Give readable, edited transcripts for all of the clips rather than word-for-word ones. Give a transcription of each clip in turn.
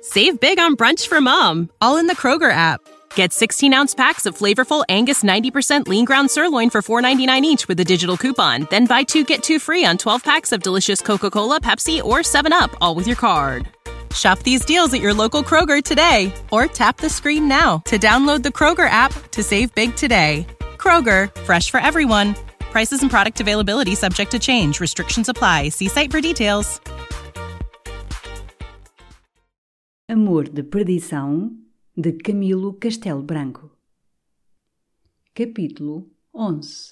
Save big on brunch for mom, all in the Kroger app. Get 16-ounce packs of flavorful Angus 90% lean ground sirloin for $4.99 each with a digital coupon. Then buy 2, get 2 free on 12 packs of delicious Coca-Cola, Pepsi, or 7-Up, all with your card. Shop these deals at your local Kroger today, or tap the screen now to download the Kroger app to save big today. Kroger, fresh for everyone. Prices and product availability subject to change. Restrictions apply. See site for details. Amor de Perdição, de Camilo Castelo Branco. Capítulo 11.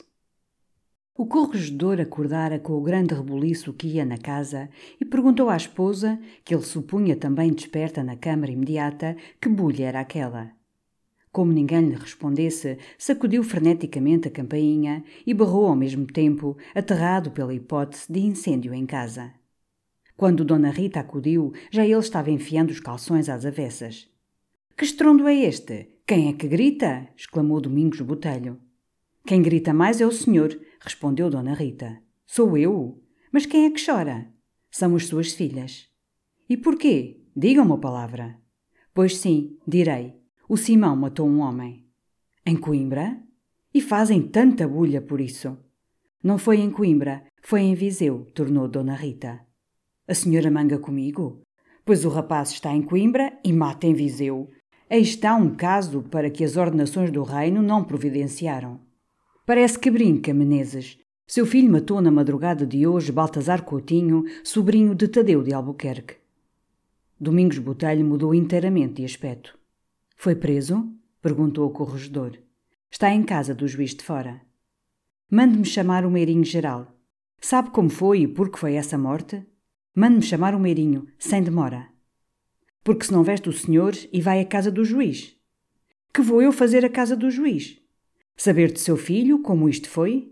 O corregedor acordara com o grande rebuliço que ia na casa e perguntou à esposa, que ele supunha também desperta na câmara imediata, que bulha era aquela. Como ninguém lhe respondesse, sacudiu freneticamente a campainha e berrou ao mesmo tempo, aterrado pela hipótese de incêndio em casa. Quando Dona Rita acudiu, já ele estava enfiando os calções às avessas. — Que estrondo é este? Quem é que grita? — exclamou Domingos Botelho. — Quem grita mais é o senhor — respondeu Dona Rita. — Sou eu? Mas quem é que chora? — São as suas filhas. — E porquê? Digam uma palavra. — Pois sim, direi. O Simão matou um homem. — Em Coimbra? E fazem tanta bulha por isso. — Não foi em Coimbra, foi em Viseu — tornou Dona Rita. — A senhora manga comigo? Pois o rapaz está em Coimbra e mata em Viseu. Aí está um caso para que as ordenações do reino não providenciaram. Parece que brinca, Menezes. Seu filho matou na madrugada de hoje Baltazar Coutinho, sobrinho de Tadeu de Albuquerque. Domingos Botelho mudou inteiramente de aspecto. — Foi preso? — perguntou o corregedor. — Está em casa do juiz de fora. — Mande-me chamar o meirinho geral. Sabe como foi e por que foi essa morte? Mande-me chamar o meirinho, sem demora. — Porque se não veste o senhor e vai à casa do juiz. — Que vou eu fazer à casa do juiz? Saber de seu filho como isto foi?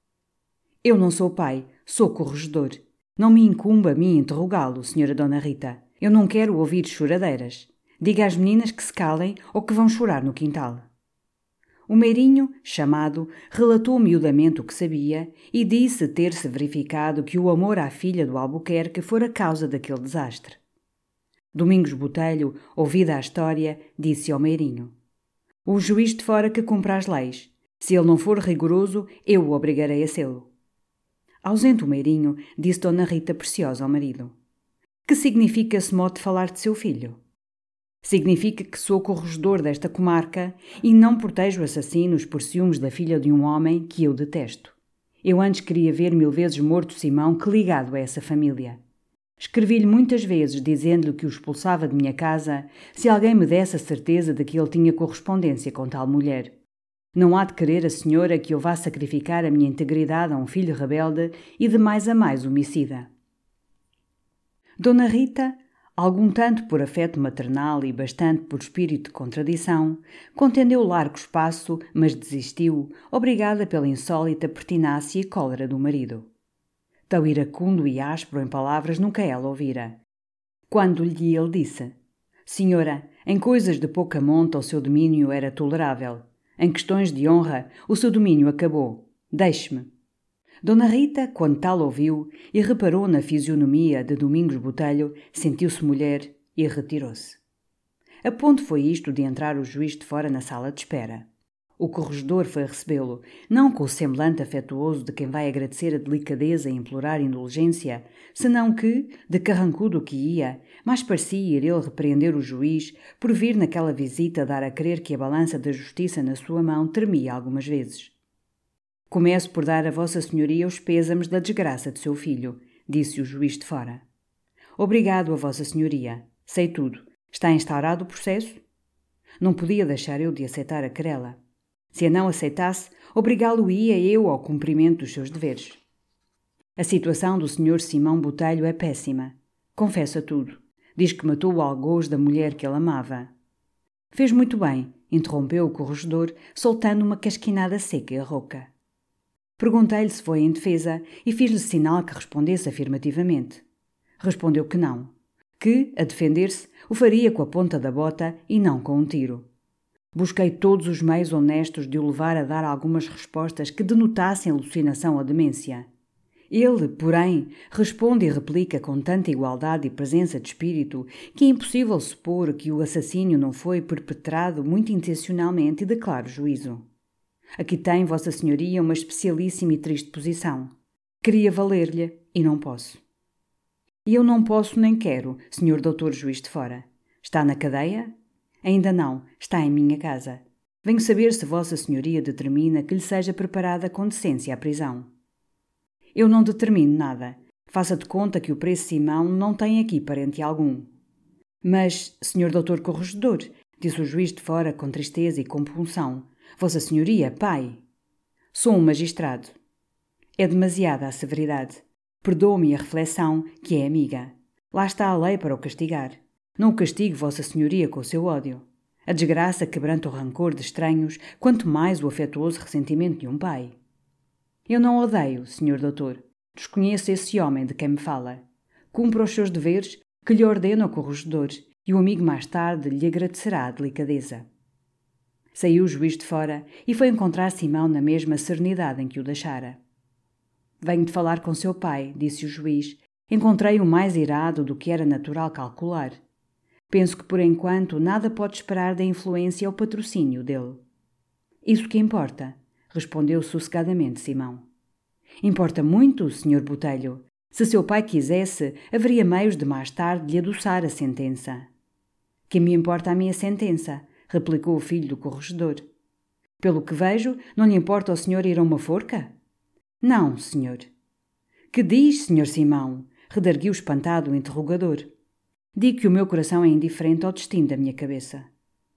— Eu não sou pai, sou corregedor. Não me incumbe a mim interrogá-lo, senhora Dona Rita. Eu não quero ouvir choradeiras. Diga às meninas que se calem ou que vão chorar no quintal. O meirinho, chamado, relatou miudamente o que sabia e disse ter-se verificado que o amor à filha do Albuquerque fora causa daquele desastre. Domingos Botelho, ouvida a história, disse ao meirinho: — O juiz de fora que cumpra as leis. Se ele não for rigoroso, eu o obrigarei a sê-lo. Ausente o meirinho, disse Dona Rita Preciosa ao marido: — Que significa esse modo de falar de seu filho? Significa que sou corregedor desta comarca e não protejo assassinos por ciúmes da filha de um homem que eu detesto. Eu antes queria ver 1000 vezes morto Simão que ligado a essa família. Escrevi-lhe muitas vezes dizendo-lhe que o expulsava de minha casa se alguém me desse a certeza de que ele tinha correspondência com tal mulher. Não há de querer a senhora que eu vá sacrificar a minha integridade a um filho rebelde e de mais a mais homicida. Dona Rita, algum tanto por afeto maternal e bastante por espírito de contradição, contendeu largo espaço, mas desistiu, obrigada pela insólita pertinácia e cólera do marido. Tão iracundo e áspero em palavras nunca ela ouvira. Quando-lhe ele disse: — Senhora, em coisas de pouca monta o seu domínio era tolerável. Em questões de honra, o seu domínio acabou. Deixe-me. Dona Rita, quando tal ouviu e reparou na fisionomia de Domingos Botelho, sentiu-se mulher e retirou-se. A ponto foi isto de entrar o juiz de fora na sala de espera. O corregedor foi recebê-lo, não com o semblante afetuoso de quem vai agradecer a delicadeza e implorar indulgência, senão que, de carrancudo que ia, mais parecia ir ele repreender o juiz por vir naquela visita dar a crer que a balança da justiça na sua mão tremia algumas vezes. — Começo por dar a Vossa Senhoria os pêsames da desgraça de seu filho, disse o juiz de fora. — Obrigado a Vossa Senhoria. Sei tudo. Está instaurado o processo? Não podia deixar eu de aceitar a querela. Se a não aceitasse, obrigá-lo-ia eu ao cumprimento dos seus deveres. A situação do Sr. Simão Botelho é péssima. Confessa tudo. Diz que matou o algoz da mulher que ele amava. Fez muito bem, interrompeu o corregedor, soltando uma casquinada seca e rouca. Perguntei-lhe se foi em defesa e fiz-lhe sinal que respondesse afirmativamente. Respondeu que não, que, a defender-se, o faria com a ponta da bota e não com um tiro. Busquei todos os meios honestos de o levar a dar algumas respostas que denotassem alucinação ou demência. Ele, porém, responde e replica com tanta igualdade e presença de espírito que é impossível supor que o assassínio não foi perpetrado muito intencionalmente e de claro juízo. Aqui tem Vossa Senhoria uma especialíssima e triste posição. Queria valer-lhe e não posso. E eu não posso nem quero, Sr. Doutor Juiz de Fora. Está na cadeia? Ainda não, está em minha casa. Venho saber se Vossa Senhoria determina que lhe seja preparada com decência a prisão. Eu não determino nada. Faça de conta que o preço Simão não tem aqui parente algum. Mas, Sr. Doutor Corregedor, disse o Juiz de Fora com tristeza e compunção, Vossa Senhoria, pai. Sou um magistrado. É demasiada a severidade. Perdoe-me a reflexão, que é amiga. Lá está a lei para o castigar. Não o castigue Vossa Senhoria com o seu ódio. A desgraça quebranta o rancor de estranhos, quanto mais o afetuoso ressentimento de um pai. Eu não odeio, Sr. Doutor. Desconheço esse homem de quem me fala. Cumpra os seus deveres, que lhe ordena o corregedor, e o amigo mais tarde lhe agradecerá a delicadeza. Saiu o Juiz de Fora e foi encontrar Simão na mesma serenidade em que o deixara. Venho de falar com seu pai, disse o juiz. Encontrei-o mais irado do que era natural calcular. Penso que, por enquanto, nada pode esperar da influência ou patrocínio dele. Isso que importa, respondeu sossegadamente Simão. Importa muito, Sr. Botelho. Se seu pai quisesse, haveria meios de mais tarde lhe adoçar a sentença. Que me importa a minha sentença, replicou o filho do corregedor. Pelo que vejo, não lhe importa ao senhor ir a uma forca? Não, senhor. Que diz, Sr. Simão? Redarguiu espantado o interrogador. Digo que o meu coração é indiferente ao destino da minha cabeça.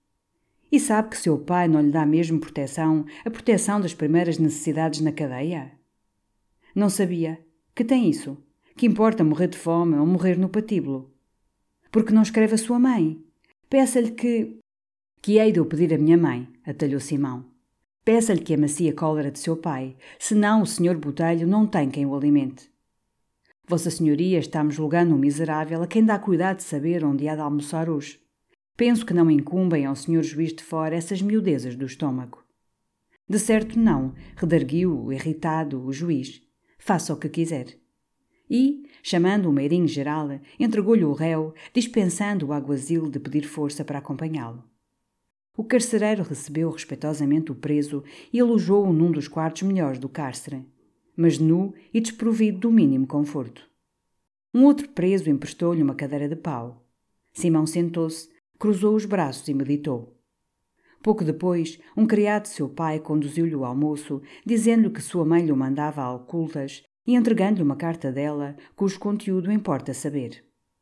E sabe que seu pai não lhe dá mesmo proteção, a proteção das primeiras necessidades na cadeia? Não sabia. Que tem isso? Que importa morrer de fome ou morrer no patíbulo? Porque não escreve a sua mãe? Peça-lhe que... Que hei de eu pedir à minha mãe, atalhou Simão. Peça-lhe que amacie a cólera de seu pai, senão o Sr. Botelho não tem quem o alimente. Vossa Senhoria está-me julgando um miserável a quem dá cuidado de saber onde há de almoçar hoje. Penso que não incumbem ao Sr. Juiz de Fora essas miudezas do estômago. De certo não, redarguiu, irritado, o juiz. Faça o que quiser. E, chamando o meirinho geral, entregou-lhe o réu, dispensando o aguazil de pedir força para acompanhá-lo. O carcereiro recebeu respeitosamente o preso e alojou-o num dos quartos melhores do cárcere, mas nu e desprovido do mínimo conforto. Um outro preso emprestou-lhe uma cadeira de pau. Simão sentou-se, cruzou os braços e meditou. Pouco depois, um criado de seu pai conduziu-lhe o almoço, dizendo-lhe que sua mãe lhe o mandava a ocultas e entregando-lhe uma carta dela, cujo conteúdo importa saber.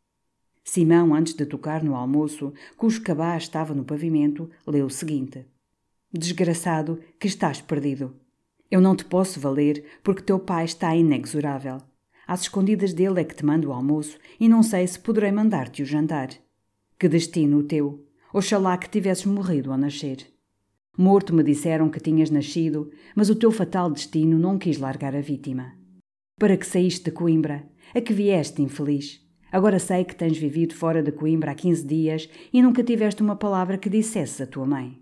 Simão, antes de tocar no almoço, cujo cabaz estava no pavimento, leu o seguinte: Desgraçado, que estás perdido. Eu não te posso valer, porque teu pai está inexorável. Às escondidas dele é que te mando o almoço e não sei se poderei mandar-te o jantar. Que destino o teu! Oxalá que tivesses morrido ao nascer. Morto me disseram que tinhas nascido, mas o teu fatal destino não quis largar a vítima. Para que saíste de Coimbra? A que vieste, infeliz? Agora sei que tens vivido fora de Coimbra há 15 dias e nunca tiveste uma palavra que dissesses à tua mãe.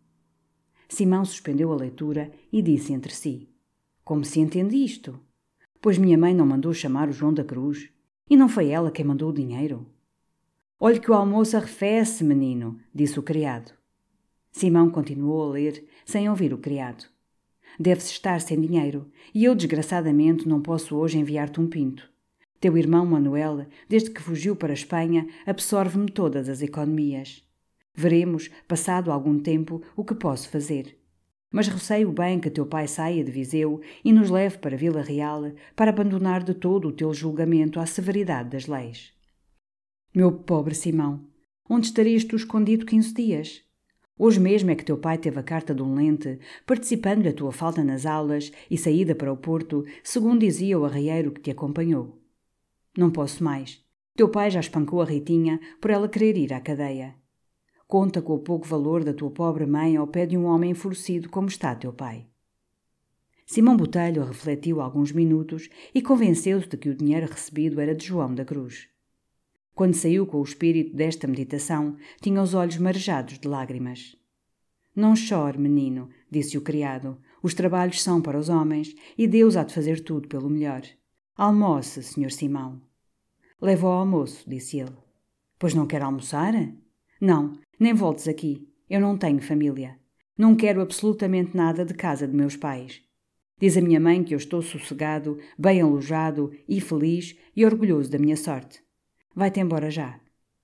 Simão suspendeu a leitura e disse entre si: Como se entende isto? Pois minha mãe não mandou chamar o João da Cruz? E não foi ela quem mandou o dinheiro? Olhe que o almoço arrefece, menino, disse o criado. Simão continuou a ler, sem ouvir o criado. Deve-se estar sem dinheiro, e eu, desgraçadamente, não posso hoje enviar-te um pinto. Teu irmão Manuel, desde que fugiu para a Espanha, absorve-me todas as economias. Veremos, passado algum tempo, o que posso fazer. Mas receio bem que teu pai saia de Viseu e nos leve para Vila Real para abandonar de todo o teu julgamento à severidade das leis. Meu pobre Simão, onde estarias tu escondido 15 dias? Hoje mesmo é que teu pai teve a carta de um lente, participando-lhe a tua falta nas aulas e saída para o Porto, segundo dizia o arrieiro que te acompanhou. Não posso mais. Teu pai já espancou a Ritinha por ela querer ir à cadeia. Conta com o pouco valor da tua pobre mãe ao pé de um homem enfurecido como está teu pai. Simão Botelho refletiu alguns minutos e convenceu-se de que o dinheiro recebido era de João da Cruz. Quando saiu com o espírito desta meditação, tinha os olhos marejados de lágrimas. Não chore, menino, disse o criado. Os trabalhos são para os homens e Deus há de fazer tudo pelo melhor. Almoce, Sr. Simão. Levo ao almoço, disse ele. Pois não quer almoçar? Não, nem voltes aqui. Eu não tenho família. Não quero absolutamente nada de casa de meus pais. Diz a minha mãe que eu estou sossegado, bem alojado e feliz e orgulhoso da minha sorte. Vai-te embora já.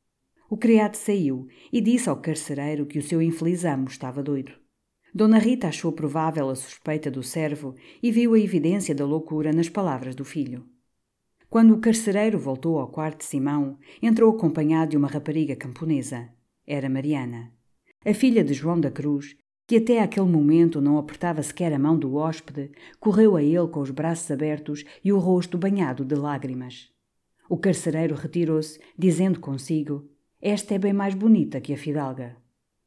O criado saiu e disse ao carcereiro que o seu infeliz amo estava doido. Dona Rita achou provável a suspeita do servo e viu a evidência da loucura nas palavras do filho. Quando o carcereiro voltou ao quarto de Simão, entrou acompanhado de uma rapariga camponesa. Era Mariana, a filha de João da Cruz, que até aquele momento não apertava sequer a mão do hóspede, correu a ele com os braços abertos e o rosto banhado de lágrimas. O carcereiro retirou-se, dizendo consigo: "Esta é bem mais bonita que a fidalga."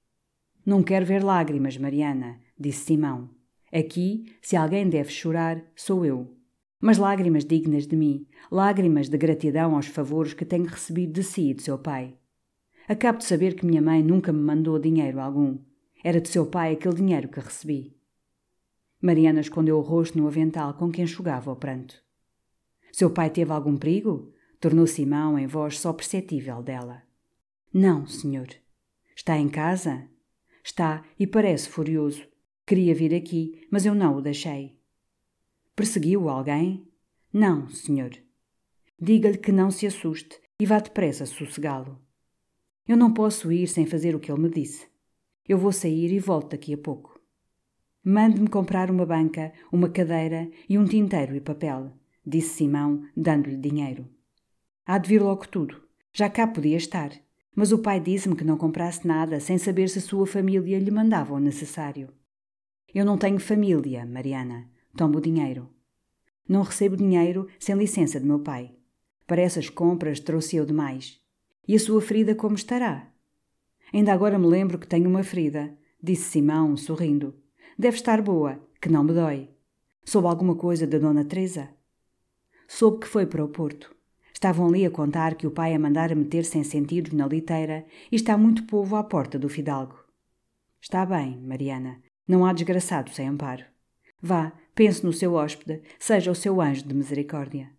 "Não quero ver lágrimas, Mariana", disse Simão. "Aqui, se alguém deve chorar, sou eu. Mas lágrimas dignas de mim, lágrimas de gratidão aos favores que tenho recebido de si e de seu pai. Acabo de saber que minha mãe nunca me mandou dinheiro algum. Era de seu pai aquele dinheiro que recebi." Mariana escondeu o rosto no avental com que enxugava o pranto. "Seu pai teve algum perigo?" tornou Simão em voz só perceptível dela. "Não, senhor." "Está em casa?" "Está e parece furioso. Queria vir aqui, mas eu não o deixei." "Perseguiu alguém?" "Não, senhor." "Diga-lhe que não se assuste e vá depressa sossegá-lo." "Eu não posso ir sem fazer o que ele me disse. Eu vou sair e volto daqui a pouco." "Mande-me comprar uma banca, uma cadeira e um tinteiro e papel", disse Simão, dando-lhe dinheiro. "Há de vir logo tudo. Já cá podia estar. Mas o pai disse-me que não comprasse nada sem saber se sua família lhe mandava o necessário." "Eu não tenho família, Mariana. Tomo o dinheiro." "Não recebo dinheiro sem licença de meu pai. Para essas compras trouxe eu demais. E a sua ferida como estará?" "Ainda agora me lembro que tenho uma ferida", disse Simão, sorrindo. "Deve estar boa, que não me dói. Soube alguma coisa da Dona Teresa?" "Soube que foi para o Porto. Estavam ali a contar que o pai a mandara meter sem sentidos na liteira e está muito povo à porta do fidalgo." "Está bem, Mariana. Não há desgraçado sem amparo. Vá, pense no seu hóspede, seja o seu anjo de misericórdia."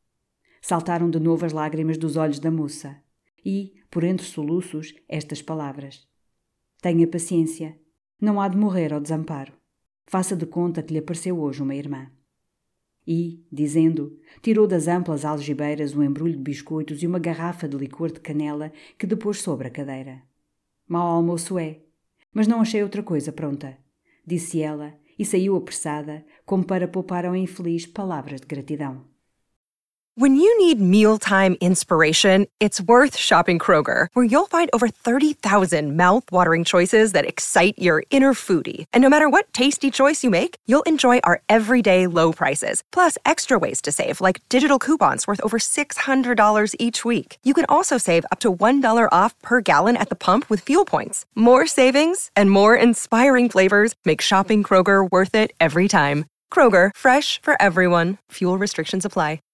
Saltaram de novo as lágrimas dos olhos da moça e, por entre soluços, estas palavras: "Tenha paciência. Não há de morrer ao desamparo. Faça de conta que lhe apareceu hoje uma irmã." E, dizendo, tirou das amplas algibeiras um embrulho de biscoitos e uma garrafa de licor de canela que depôs sobre a cadeira. "Mau almoço é, mas não achei outra coisa pronta", disse ela e saiu apressada, como para poupar ao infeliz palavras de gratidão. When you need mealtime inspiration, it's worth shopping Kroger, where you'll find over 30,000 mouth-watering choices that excite your inner foodie. And no matter what tasty choice you make, you'll enjoy our everyday low prices, plus extra ways to save, like digital coupons worth over $600 each week. You can also save up to $1 off per gallon at the pump with fuel points. More savings and more inspiring flavors make shopping Kroger worth it every time. Kroger, fresh for everyone. Fuel restrictions apply.